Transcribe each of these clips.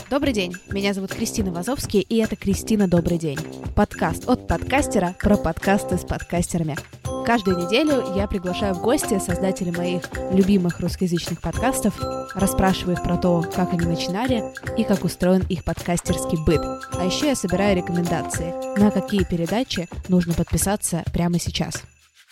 Добрый день, меня зовут Кристина Вазовский, и это «Кристина, добрый день». Подкаст от подкастера про подкасты с подкастерами. Каждую неделю я приглашаю в гости создателей моих любимых русскоязычных подкастов, расспрашиваю их про то, как они начинали и как устроен их подкастерский быт. А еще я собираю рекомендации, на какие передачи нужно подписаться прямо сейчас.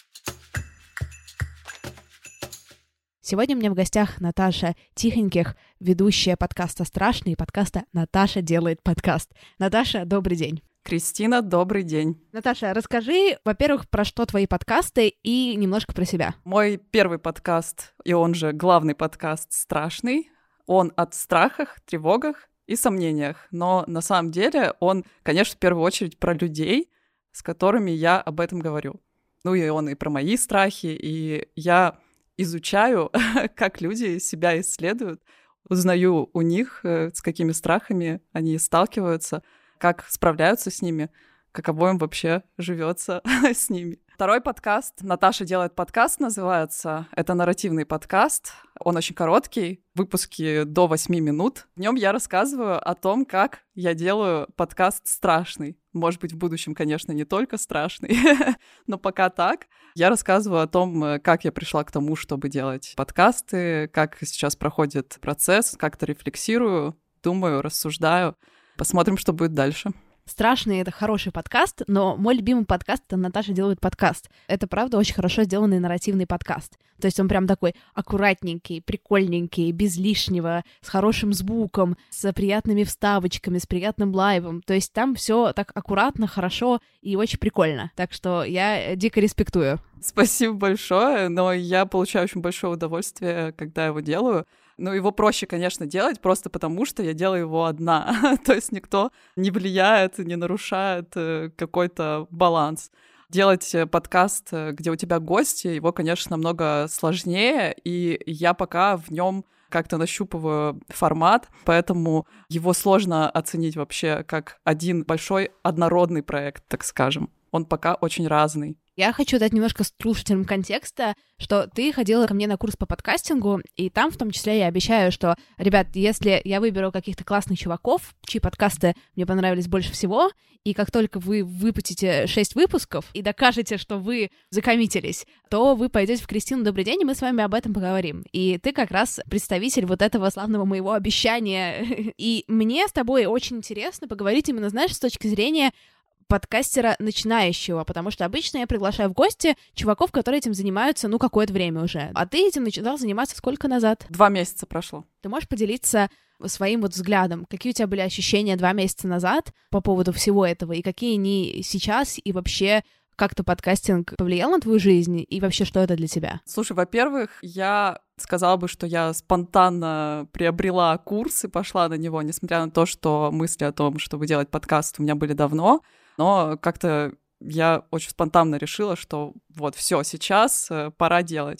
Сегодня у меня в гостях Наташа Тихоньких, ведущая подкаста «Страшный» и подкаста «Наташа делает подкаст». Наташа, добрый день. Кристина, добрый день. Наташа, расскажи, во-первых, про что твои подкасты и немножко про себя. Мой первый подкаст, и он же главный подкаст «Страшный», он о страхах, тревогах и сомнениях. Но на самом деле он, конечно, в первую очередь про людей, с которыми я об этом говорю. Ну и он и про мои страхи, и я изучаю, как люди себя исследуют, узнаю у них, с какими страхами они сталкиваются, как справляются с ними, каково им вообще живется с ними. Второй подкаст «Наташа делает подкаст» называется. Это нарративный подкаст. Он очень короткий, выпуски до 8 минут. В нем я рассказываю о том, как я делаю подкаст «Страшный». Может быть, в будущем, конечно, не только «Страшный», но пока так. Я рассказываю о том, как я пришла к тому, чтобы делать подкасты, как сейчас проходит процесс, как-то рефлексирую, думаю, рассуждаю. Посмотрим, что будет дальше. «Страшный» — это хороший подкаст, но мой любимый подкаст — это «Наташа делает подкаст». Это, правда, очень хорошо сделанный нарративный подкаст. То есть он прям такой аккуратненький, прикольненький, без лишнего, с хорошим звуком, с приятными вставочками, с приятным лайвом. То есть там все так аккуратно, хорошо и очень прикольно. Так что я дико респектую. Спасибо большое, но я получаю очень большое удовольствие, когда его делаю. Ну, его проще, конечно, делать просто потому, что я делаю его одна. То есть никто не влияет, не нарушает какой-то баланс. Делать подкаст, где у тебя гости, его, конечно, намного сложнее, и я пока в нем как-то нащупываю формат, поэтому его сложно оценить вообще как один большой однородный проект, так скажем. Он пока очень разный. Я хочу дать немножко слушателям контекста, что ты ходила ко мне на курс по подкастингу, и там в том числе я обещаю, что, ребят, если я выберу каких-то классных чуваков, чьи подкасты мне понравились больше всего, и как только вы выпустите 6 выпусков и докажете, что вы закоммитились, то вы пойдете в «Кристину, добрый день», и мы с вами об этом поговорим. И ты как раз представитель вот этого славного моего обещания. И мне с тобой очень интересно поговорить именно, знаешь, с точки зрения подкастера начинающего, потому что обычно я приглашаю в гости чуваков, которые этим занимаются, какое-то время уже. А ты этим начинал заниматься сколько назад? 2 месяца прошло. Ты можешь поделиться своим взглядом? Какие у тебя были ощущения 2 месяца назад по поводу всего этого, и какие они сейчас, и вообще как-то подкастинг повлиял на твою жизнь, и вообще что это для тебя? Слушай, во-первых, я сказала бы, что я спонтанно приобрела курс и пошла на него, несмотря на то, что мысли о том, чтобы делать подкаст, у меня были давно. Но как-то я очень спонтанно решила, что вот все, сейчас пора делать.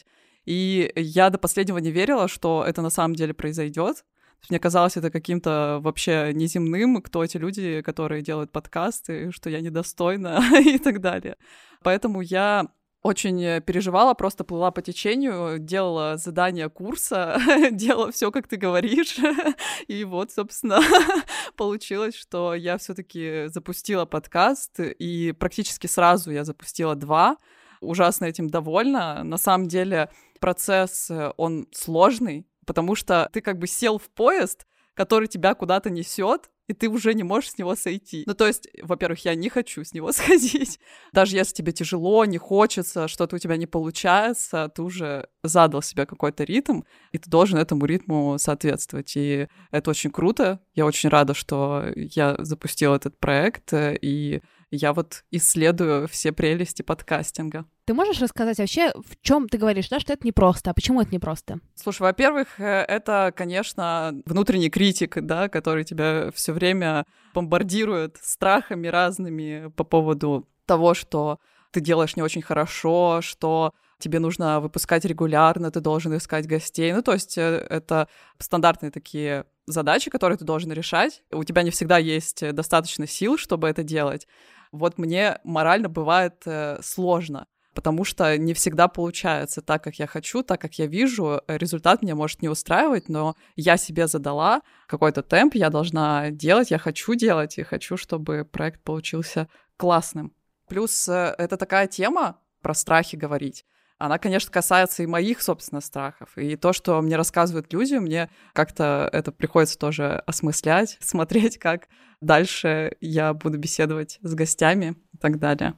И я до последнего не верила, что это на самом деле произойдет. Мне казалось это каким-то вообще неземным, кто эти люди, которые делают подкасты, что я недостойна и так далее. Поэтому я очень переживала, просто плыла по течению, делала задания курса, делала все, как ты говоришь. И вот, собственно, получилось, что я все-таки запустила подкаст, и практически сразу я запустила 2. Ужасно этим довольна. На самом деле процесс, он сложный, потому что ты как бы сел в поезд, который тебя куда-то несет, и ты уже не можешь с него сойти. Ну, то есть, во-первых, я не хочу с него сходить. Даже если тебе тяжело, не хочется, что-то у тебя не получается, ты уже задал себе какой-то ритм, и ты должен этому ритму соответствовать. И это очень круто. Я очень рада, что я запустила этот проект, и я вот исследую все прелести подкастинга. Ты можешь рассказать вообще, в чем ты говоришь, да, что это непросто, а почему это непросто? Слушай, во-первых, это, конечно, внутренний критик, да, который тебя все время бомбардирует страхами разными по поводу того, что ты делаешь не очень хорошо, что тебе нужно выпускать регулярно, ты должен искать гостей. Ну, то есть это стандартные такие задачи, которые ты должен решать. У тебя не всегда есть достаточно сил, чтобы это делать. Вот мне морально бывает сложно, потому что не всегда получается так, как я хочу, так, как я вижу. Результат меня может не устраивать, но я себе задала какой-то темп, я должна делать, я хочу делать, и хочу, чтобы проект получился классным. Плюс это такая тема, про страхи говорить. Она, конечно, касается и моих, собственно, страхов. И то, что мне рассказывают люди, мне как-то это приходится тоже осмыслять, смотреть, как дальше я буду беседовать с гостями и так далее.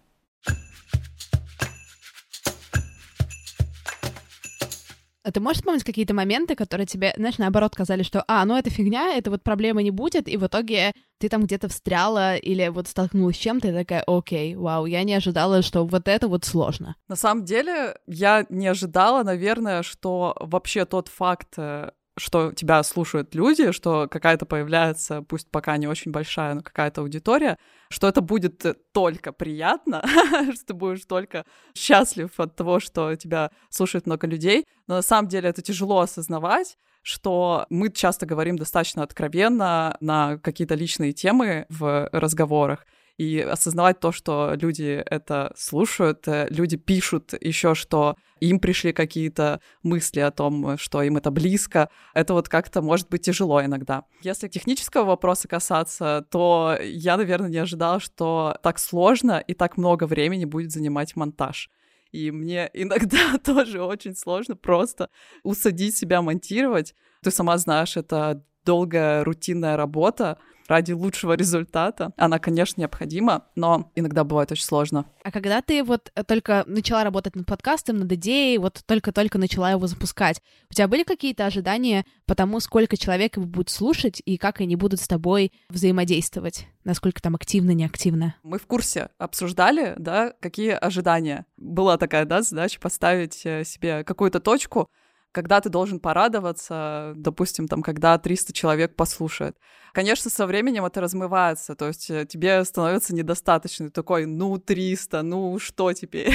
А ты можешь вспомнить какие-то моменты, которые тебе, знаешь, наоборот казались, что, ну это фигня, это вот проблемы не будет, и в итоге ты там где-то встряла или вот столкнулась с чем-то, и такая, окей, вау, я не ожидала, что вот это вот сложно. На самом деле, я не ожидала, наверное, что вообще тот факт, что тебя слушают люди, что какая-то появляется, пусть пока не очень большая, но какая-то аудитория, что это будет только приятно, что ты будешь только счастлив от того, что тебя слушает много людей. Но на самом деле это тяжело осознавать, что мы часто говорим достаточно откровенно на какие-то личные темы в разговорах. И осознавать то, что люди это слушают, люди пишут еще, что им пришли какие-то мысли о том, что им это близко, это вот как-то может быть тяжело иногда. Если технического вопроса касаться, то я, наверное, не ожидала, что так сложно и так много времени будет занимать монтаж. И мне иногда тоже очень сложно просто усадить себя монтировать. Ты сама знаешь, это долгая рутинная работа ради лучшего результата. Она, конечно, необходима, но иногда бывает очень сложно. А когда ты вот только начала работать над подкастом, над идеей, вот только-только начала его запускать, у тебя были какие-то ожидания по тому, сколько человек его будет слушать и как они будут с тобой взаимодействовать? Насколько там активно, неактивно? Мы в курсе обсуждали, да, какие ожидания. Была такая, да, задача поставить себе какую-то точку, когда ты должен порадоваться, допустим, там, когда 300 человек послушает. Конечно, со временем это размывается, то есть тебе становится недостаточно. Ты такой, 300, что теперь?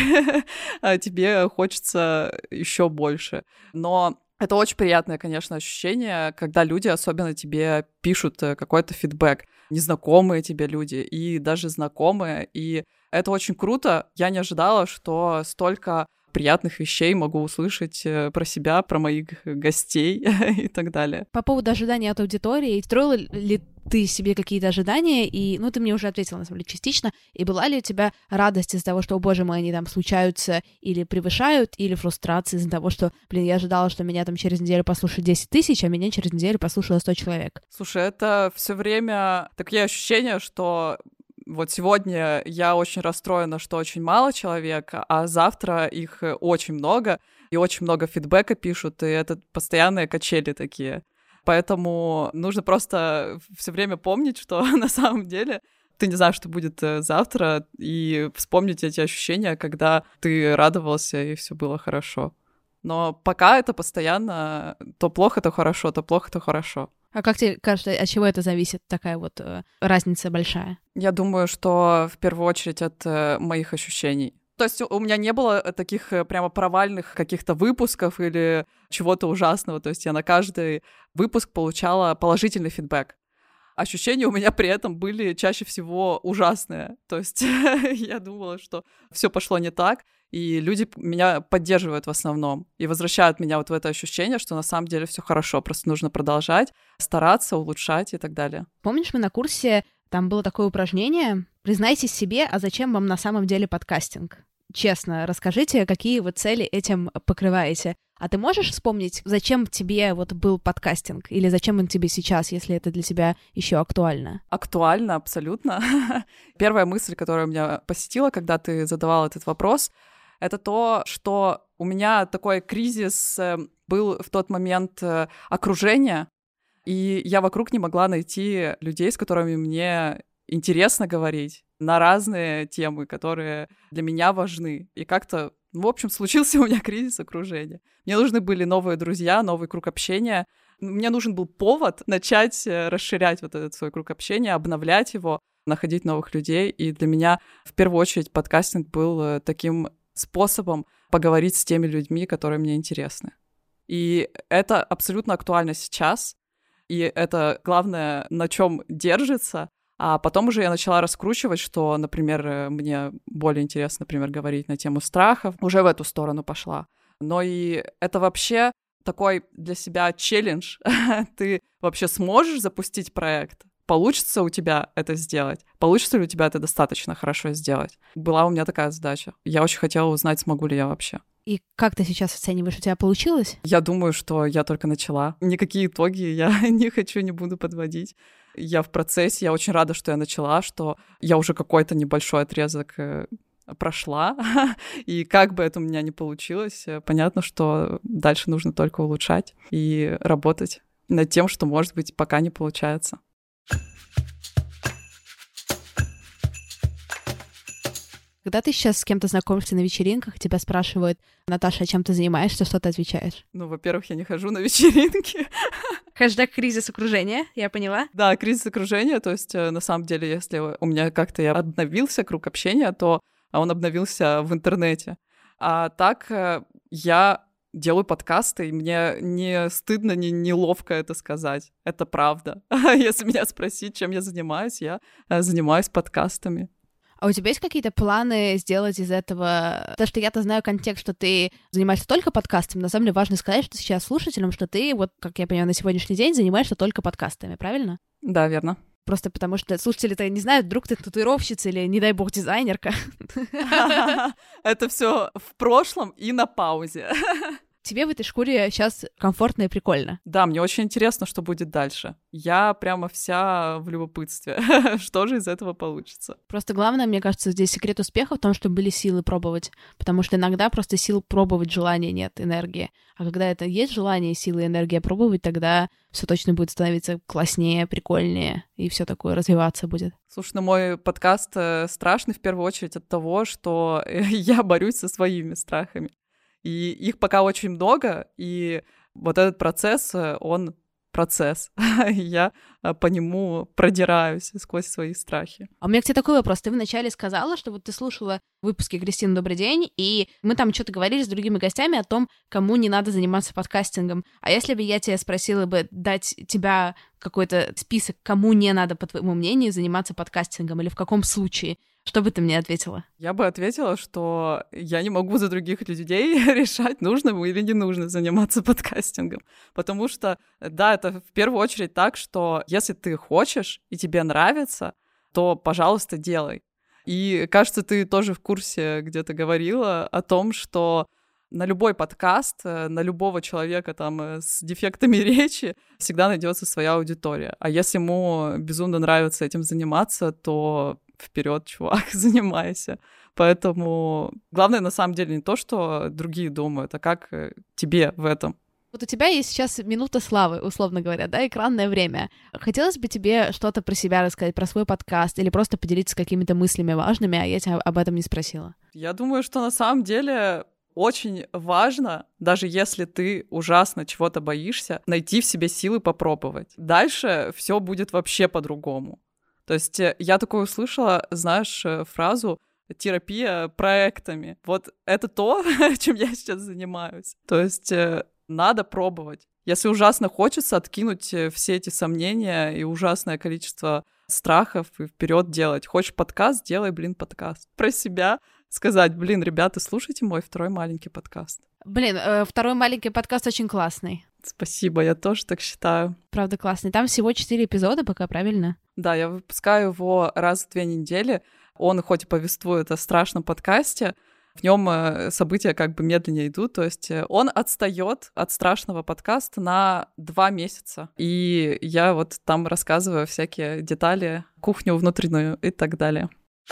Тебе хочется еще больше. Но это очень приятное, конечно, ощущение, когда люди особенно тебе пишут какой-то фидбэк. Незнакомые тебе люди и даже знакомые. И это очень круто. Я не ожидала, что столько приятных вещей могу услышать про себя, про моих гостей и так далее. По поводу ожидания от аудитории, строила ли ты себе какие-то ожидания, и, ты мне уже ответила, на самом деле, частично, и была ли у тебя радость из-за того, что, о боже мой, они там случаются или превышают, или фрустрация из-за того, что, я ожидала, что меня там через неделю послушают 10 тысяч, а меня через неделю послушало 100 человек? Слушай, это все время такие ощущения, что вот сегодня я очень расстроена, что очень мало человек, а завтра их очень много, и очень много фидбэка пишут, и это постоянные качели такие. Поэтому нужно просто все время помнить, что на самом деле ты не знаешь, что будет завтра, и вспомнить эти ощущения, когда ты радовался, и все было хорошо. Но пока это постоянно то плохо, то хорошо, то плохо, то хорошо. А как тебе кажется, от чего это зависит, такая вот разница большая? Я думаю, что в первую очередь от моих ощущений. То есть у меня не было таких прямо провальных каких-то выпусков или чего-то ужасного. То есть я на каждый выпуск получала положительный фидбэк. Ощущения у меня при этом были чаще всего ужасные. То есть я думала, что все пошло не так, и люди меня поддерживают в основном и возвращают меня вот в это ощущение, что на самом деле все хорошо, просто нужно продолжать, стараться, улучшать и так далее. Помнишь, мы на курсе, там было такое упражнение «Признайтесь себе, а зачем вам на самом деле подкастинг?» Честно, расскажите, какие вы цели этим покрываете. А ты можешь вспомнить, зачем тебе вот был подкастинг? Или зачем он тебе сейчас, если это для тебя еще актуально? Актуально, абсолютно. Первая мысль, которая меня посетила, когда ты задавал этот вопрос, это то, что у меня такой кризис был в тот момент окружения, и я вокруг не могла найти людей, с которыми мне интересно говорить на разные темы, которые для меня важны. И как-то, в общем, случился у меня кризис окружения. Мне нужны были новые друзья, новый круг общения. Мне нужен был повод начать расширять вот этот свой круг общения, обновлять его, находить новых людей. И для меня в первую очередь подкастинг был таким способом поговорить с теми людьми, которые мне интересны. И это абсолютно актуально сейчас. И это главное, на чем держится. А потом уже я начала раскручивать, что, например, мне более интересно, например, говорить на тему страхов. Уже в эту сторону пошла. Но и это вообще такой для себя челлендж. Ты вообще сможешь запустить проект? Получится у тебя это сделать? Получится ли у тебя это достаточно хорошо сделать? Была у меня такая задача. Я очень хотела узнать, смогу ли я вообще. И как ты сейчас оцениваешь, у тебя получилось? Я думаю, что я только начала. Никакие итоги я не хочу, не буду подводить. Я в процессе, я очень рада, что я начала, что я уже какой-то небольшой отрезок прошла, и как бы это у меня ни получилось, понятно, что дальше нужно только улучшать и работать над тем, что, может быть, пока не получается. Когда ты сейчас с кем-то знакомишься на вечеринках, тебя спрашивают: Наташа, а чем ты занимаешься, что ты отвечаешь? Ну, во-первых, я не хожу на вечеринки. Хэштег кризис окружения, я поняла. Да, кризис окружения, то есть, на самом деле, если у меня как-то обновился круг общения, то он обновился в интернете. А так я делаю подкасты, и мне не стыдно, не неловко это сказать. Это правда. Если меня спросить, чем я занимаюсь подкастами. А у тебя есть какие-то планы сделать из этого? Потому что я-то знаю контекст, что ты занимаешься только подкастами. На самом деле важно сказать, что сейчас слушателям, что ты, вот, как я понимаю, на сегодняшний день занимаешься только подкастами, правильно? Да, верно. Просто потому что слушатели-то не знают, вдруг ты татуировщица или, не дай бог, дизайнерка. Это все в прошлом и на паузе. Тебе в этой шкуре сейчас комфортно и прикольно. Да, мне очень интересно, что будет дальше. Я прямо вся в любопытстве. Что же из этого получится? Просто главное, мне кажется, здесь секрет успеха в том, что были силы пробовать. Потому что иногда просто сил пробовать, желания нет, энергии. А когда это есть желание, силы, энергия пробовать, тогда все точно будет становиться класснее, прикольнее, и все такое развиваться будет. Слушай, ну мой подкаст страшный в первую очередь от того, что я борюсь со своими страхами. И их пока очень много, и вот этот процесс, он процесс. Я по нему продираюсь сквозь свои страхи. А у меня к тебе такой вопрос. Ты вначале сказала, что вот ты слушала выпуски «Кристина, добрый день», и мы там что-то говорили с другими гостями о том, кому не надо заниматься подкастингом. А если бы я тебя спросила бы дать тебя какой-то список, кому не надо, по твоему мнению, заниматься подкастингом, или в каком случае, что бы ты мне ответила? Я бы ответила, что я не могу за других людей решать, нужно или не нужно заниматься подкастингом. Потому что, да, это в первую очередь так, что если ты хочешь и тебе нравится, то, пожалуйста, делай. И, кажется, ты тоже в курсе где-то говорила о том, что на любой подкаст, на любого человека там с дефектами речи всегда найдется своя аудитория. А если ему безумно нравится этим заниматься, то вперед, чувак, занимайся. Поэтому главное на самом деле не то, что другие думают, а как тебе в этом. Вот у тебя есть сейчас минута славы, условно говоря, да, экранное время. Хотелось бы тебе что-то про себя рассказать, про свой подкаст, или просто поделиться какими-то мыслями важными, а я тебя об этом не спросила. Я думаю, что на самом деле очень важно, даже если ты ужасно чего-то боишься, найти в себе силы попробовать. Дальше все будет вообще по-другому. То есть я такое услышала, знаешь, фразу «терапия проектами». Вот это то, чем я сейчас занимаюсь. То есть надо пробовать. Если ужасно хочется откинуть все эти сомнения и ужасное количество страхов и вперед делать. Хочешь подкаст? Делай, подкаст. Про себя сказать: ребята, слушайте мой второй маленький подкаст. Второй маленький подкаст очень классный. Спасибо, я тоже так считаю. Правда, классный. Там всего 4 эпизода пока, правильно? Да, я выпускаю его раз в 2 недели. Он хоть и повествует о страшном подкасте, в нем события как бы медленнее идут, то есть он отстает от страшного подкаста на 2 месяца. И я вот там рассказываю всякие детали, кухню внутреннюю и так далее.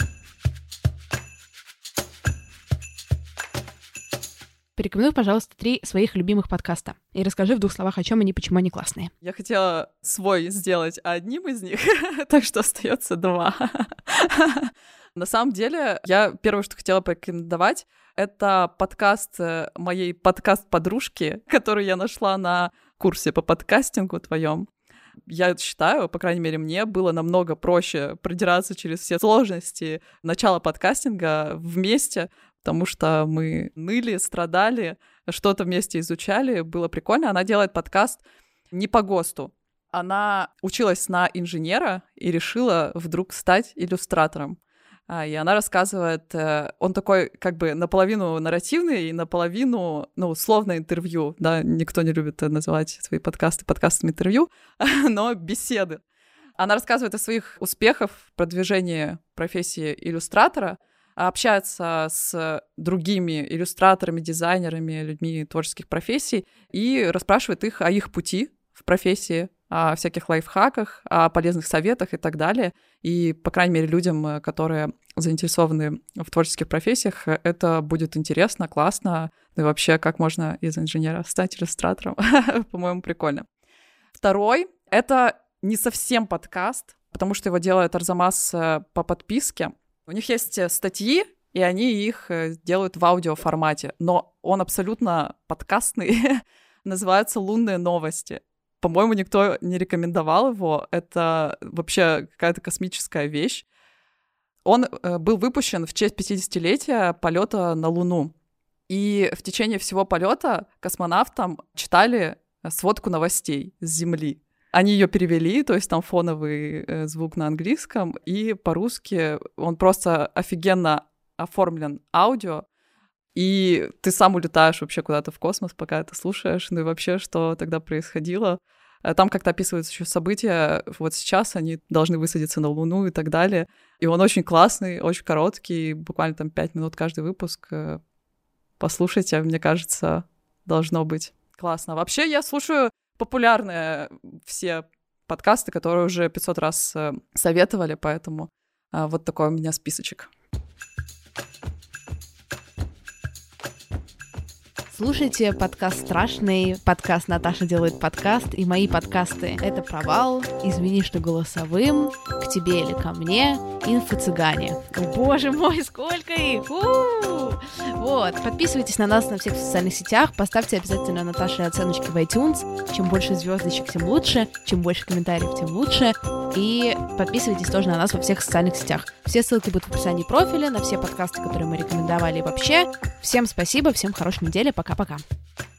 Порекомендуй, пожалуйста, 3 своих любимых подкаста. И расскажи в 2 словах, о чем они, почему они классные. Я хотела свой сделать одним из них, так что остается 2. На самом деле, я первое, что хотела порекомендовать, это подкаст моей подкаст-подружки, который я нашла на курсе по подкастингу твоем. Я считаю, по крайней мере, мне было намного проще продираться через все сложности начала подкастинга вместе, потому что мы ныли, страдали, что-то вместе изучали, было прикольно. Она делает подкаст не по ГОСТу, Она училась на инженера и решила вдруг стать иллюстратором. И она рассказывает, он такой как бы наполовину нарративный и наполовину, условно интервью, да, никто не любит называть свои подкасты подкастами интервью, но беседы. Она рассказывает о своих успехах в продвижении профессии иллюстратора, общается с другими иллюстраторами, дизайнерами, людьми творческих профессий и расспрашивает их о их пути в профессии, о всяких лайфхаках, о полезных советах и так далее. И, по крайней мере, людям, которые заинтересованы в творческих профессиях, это будет интересно, классно. Ну и вообще, как можно из инженера стать иллюстратором? По-моему, прикольно. Второй — это не совсем подкаст, потому что его делает Арзамас по подписке. У них есть статьи, и они их делают в аудиоформате, но он абсолютно подкастный, называется «Лунные новости». По-моему, никто не рекомендовал его. Это вообще какая-то космическая вещь. Он был выпущен в честь 50-летия полета на Луну. И в течение всего полета космонавтам читали сводку новостей с Земли. Они ее перевели, то есть там фоновый звук на английском, и по-русски он просто офигенно оформлен аудио. И ты сам улетаешь вообще куда-то в космос, пока это слушаешь, ну и вообще, что тогда происходило. Там как-то описываются еще события, вот сейчас они должны высадиться на Луну и так далее. И он очень классный, очень короткий, буквально там 5 минут каждый выпуск. Послушайте, мне кажется, должно быть классно. Вообще я слушаю популярные все подкасты, которые уже 500 раз советовали, поэтому вот такой у меня списочек. Слушайте подкаст «Страшный», подкаст «Наташа делает подкаст» и мои подкасты «Это провал», «Извини, что голосовым», «К тебе или ко мне», «Инфо-цыгане». Боже мой, сколько их! У-у-у! Вот, подписывайтесь на нас на всех социальных сетях, поставьте обязательно Наташе оценочки в iTunes. Чем больше звездочек, тем лучше, чем больше комментариев, тем лучше. И подписывайтесь тоже на нас во всех социальных сетях. Все ссылки будут в описании профиля, на все подкасты, которые мы рекомендовали и вообще. Всем спасибо, всем хорошей недели, пока-пока.